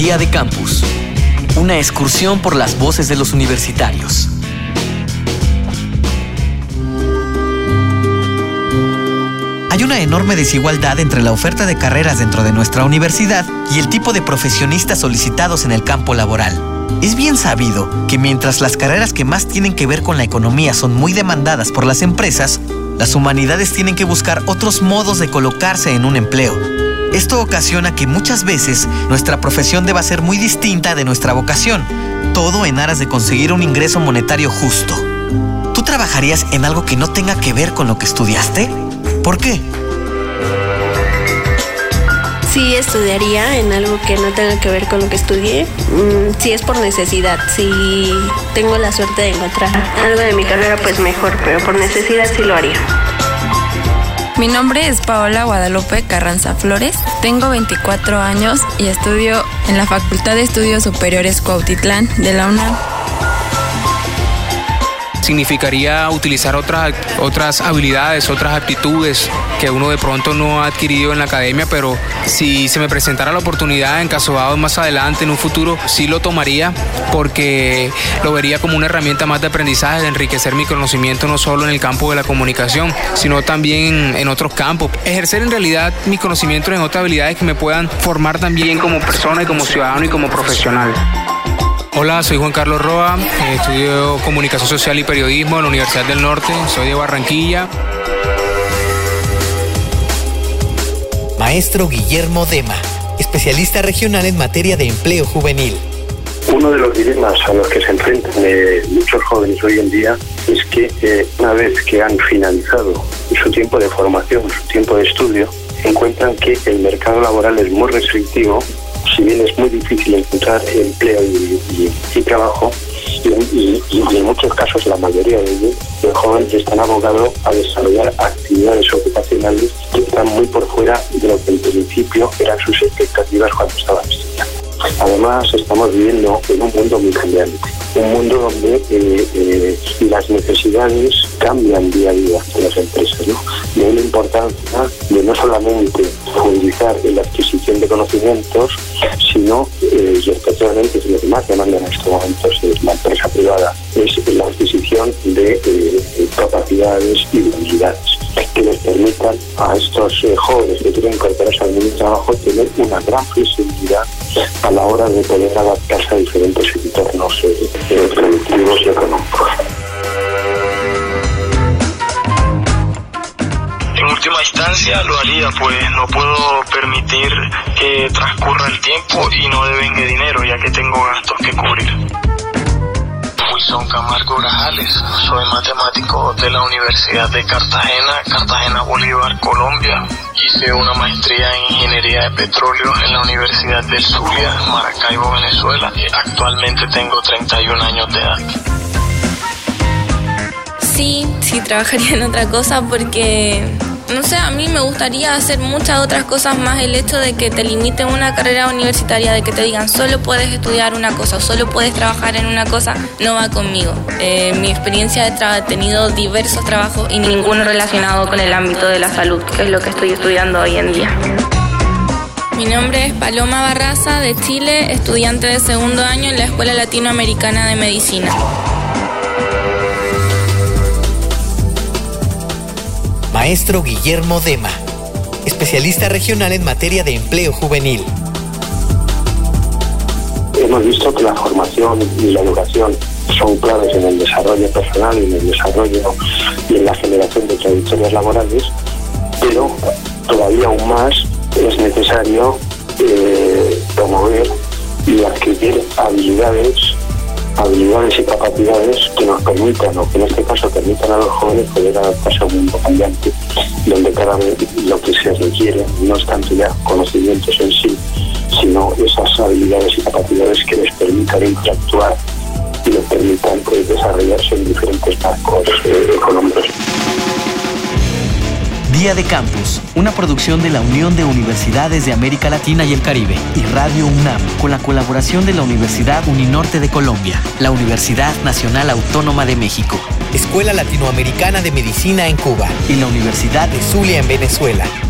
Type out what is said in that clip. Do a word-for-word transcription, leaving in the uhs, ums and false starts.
Día de Campus. Una excursión por las voces de los universitarios. Hay una enorme desigualdad entre la oferta de carreras dentro de nuestra universidad y el tipo de profesionistas solicitados en el campo laboral. Es bien sabido que mientras las carreras que más tienen que ver con la economía son muy demandadas por las empresas, las humanidades tienen que buscar otros modos de colocarse en un empleo. Esto ocasiona que muchas veces nuestra profesión deba ser muy distinta de nuestra vocación, todo en aras de conseguir un ingreso monetario justo. ¿Tú trabajarías en algo que no tenga que ver con lo que estudiaste? ¿Por qué? Sí, estudiaría en algo que no tenga que ver con lo que estudié. Mm, si es por necesidad, si tengo la suerte de encontrar algo de mi carrera, pues mejor, pero por necesidad sí lo haría. Mi nombre es Paola Guadalupe Carranza Flores, tengo veinticuatro años y estudio en la Facultad de Estudios Superiores Cuautitlán de la UNAM. Significaría utilizar otras, otras habilidades, otras aptitudes que uno de pronto no ha adquirido en la academia, pero si se me presentara la oportunidad en caso dado más adelante, en un futuro, sí lo tomaría porque lo vería como una herramienta más de aprendizaje, de enriquecer mi conocimiento no solo en el campo de la comunicación, sino también en otros campos. Ejercer en realidad mis conocimientos en otras habilidades que me puedan formar también como persona y como ciudadano y como profesional. Hola, soy Juan Carlos Roa, eh, estudio Comunicación Social y Periodismo en la Universidad del Norte, soy de Barranquilla. Maestro Guillermo Dema, especialista regional en materia de empleo juvenil. Uno de los dilemas a los que se enfrentan eh, muchos jóvenes hoy en día es que eh, una vez que han finalizado su tiempo de formación, su tiempo de estudio, encuentran que el mercado laboral es muy restrictivo. Si bien es muy difícil encontrar empleo y, y, y trabajo, y, y, y en muchos casos, la mayoría de ellos, los jóvenes están abocados a desarrollar actividades ocupacionales que están muy por fuera de lo que en principio eran sus expectativas cuando estaban estudiando. Además, estamos viviendo en un mundo muy cambiante, un mundo donde eh, eh, las necesidades cambian día a día en las empresas, ¿no? De una importancia de no solamente profundizar en la adquisición de conocimientos, sino, eh, y especialmente lo que más demanda en estos momentos es la empresa privada, es la adquisición de eh, capacidades y de habilidades que les permitan a estos eh, jóvenes que quieren incorporarse al mundo del trabajo tener una gran flexibilidad a la hora de poder adaptarse a diferentes entornos eh, eh, productivos y económicos. En última instancia lo haría, pues no puedo permitir que transcurra el tiempo y no devengue dinero, ya que tengo gastos que cubrir. Wilson Camargo Grajales, soy matemático de la Universidad de Cartagena, Cartagena, Bolívar, Colombia. Hice una maestría en Ingeniería de Petróleo en la Universidad del Zulia, Maracaibo, Venezuela. Actualmente tengo treinta y un años de edad. Sí, sí trabajaría en otra cosa porque, no sé, a mí me gustaría hacer muchas otras cosas más. El hecho de que te limiten una carrera universitaria, de que te digan solo puedes estudiar una cosa o solo puedes trabajar en una cosa, no va conmigo. Eh, mi experiencia he tra- tenido diversos trabajos y ninguno relacionado con el ámbito de la salud, que es lo que estoy estudiando hoy en día. Mi nombre es Paloma Barraza, de Chile, estudiante de segundo año en la Escuela Latinoamericana de Medicina. Maestro Guillermo Dema, especialista regional en materia de empleo juvenil. Hemos visto que la formación y la educación son claves en el desarrollo personal y en el desarrollo y en la generación de trayectorias laborales, pero todavía aún más es necesario eh, promover y adquirir habilidades habilidades y capacidades que nos permitan, o que en este caso permitan a los jóvenes poder adaptarse a un mundo cambiante, donde cada vez lo que se requiere no es tanto ya conocimientos en sí, sino esas habilidades y capacidades que les permitan interactuar y les permitan pues, desarrollarse en diferentes marcos eh, económicos. Día de Campus, una producción de la Unión de Universidades de América Latina y el Caribe y Radio UNAM, con la colaboración de la Universidad Uninorte de Colombia, la Universidad Nacional Autónoma de México, Escuela Latinoamericana de Medicina en Cuba y la Universidad de Zulia en Venezuela.